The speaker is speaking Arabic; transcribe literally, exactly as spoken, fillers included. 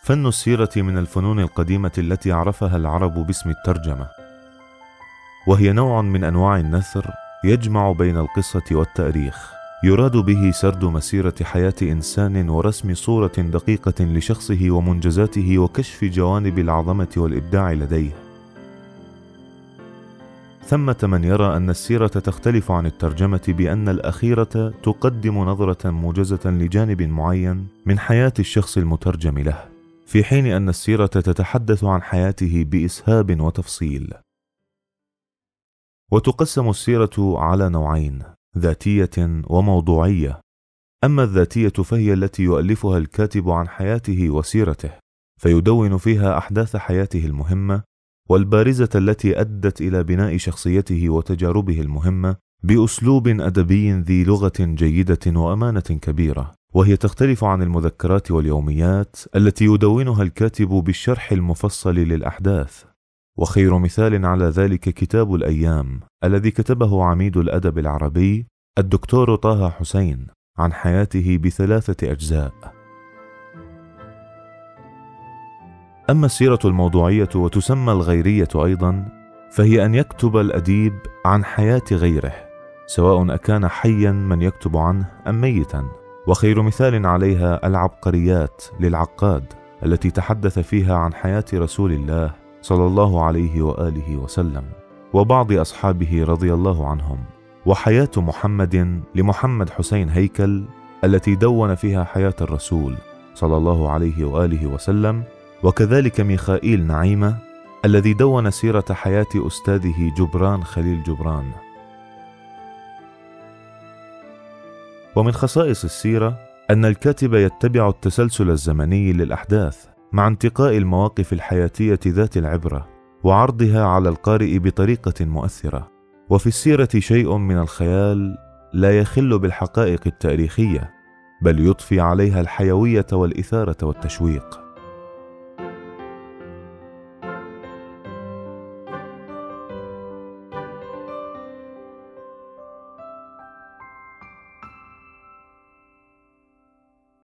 فن السيرة من الفنون القديمة التي عرفها العرب باسم الترجمة، وهي نوع من أنواع النثر يجمع بين القصة والتاريخ، يراد به سرد مسيرة حياة إنسان ورسم صورة دقيقة لشخصه ومنجزاته وكشف جوانب العظمة والإبداع لديه. ثمة من يرى أن السيرة تختلف عن الترجمة بأن الأخيرة تقدم نظرة موجزة لجانب معين من حياة الشخص المترجم له، في حين أن السيرة تتحدث عن حياته بإسهاب وتفصيل. وتقسم السيرة على نوعين: ذاتية وموضوعية. أما الذاتية فهي التي يؤلفها الكاتب عن حياته وسيرته، فيدون فيها أحداث حياته المهمة والبارزة التي أدت إلى بناء شخصيته وتجاربه المهمة بأسلوب أدبي ذي لغة جيدة وأمانة كبيرة، وهي تختلف عن المذكرات واليوميات التي يدونها الكاتب بالشرح المفصل للأحداث. وخير مثال على ذلك كتاب الأيام الذي كتبه عميد الأدب العربي الدكتور طه حسين عن حياته بثلاثة أجزاء. أما السيرة الموضوعية وتسمى الغيرية أيضا، فهي أن يكتب الأديب عن حياة غيره، سواء أكان حيا من يكتب عنه أم ميتا. وخير مثال عليها العبقريات للعقاد التي تحدث فيها عن حياة رسول الله صلى الله عليه وآله وسلم وبعض أصحابه رضي الله عنهم، وحياة محمد لمحمد حسين هيكل التي دون فيها حياة الرسول صلى الله عليه وآله وسلم، وكذلك ميخائيل نعيمة الذي دون سيرة حياة أستاذه جبران خليل جبران. ومن خصائص السيرة أن الكاتب يتبع التسلسل الزمني للأحداث مع انتقاء المواقف الحياتية ذات العبرة وعرضها على القارئ بطريقة مؤثرة. وفي السيرة شيء من الخيال لا يخل بالحقائق التاريخية، بل يضفي عليها الحيوية والإثارة والتشويق.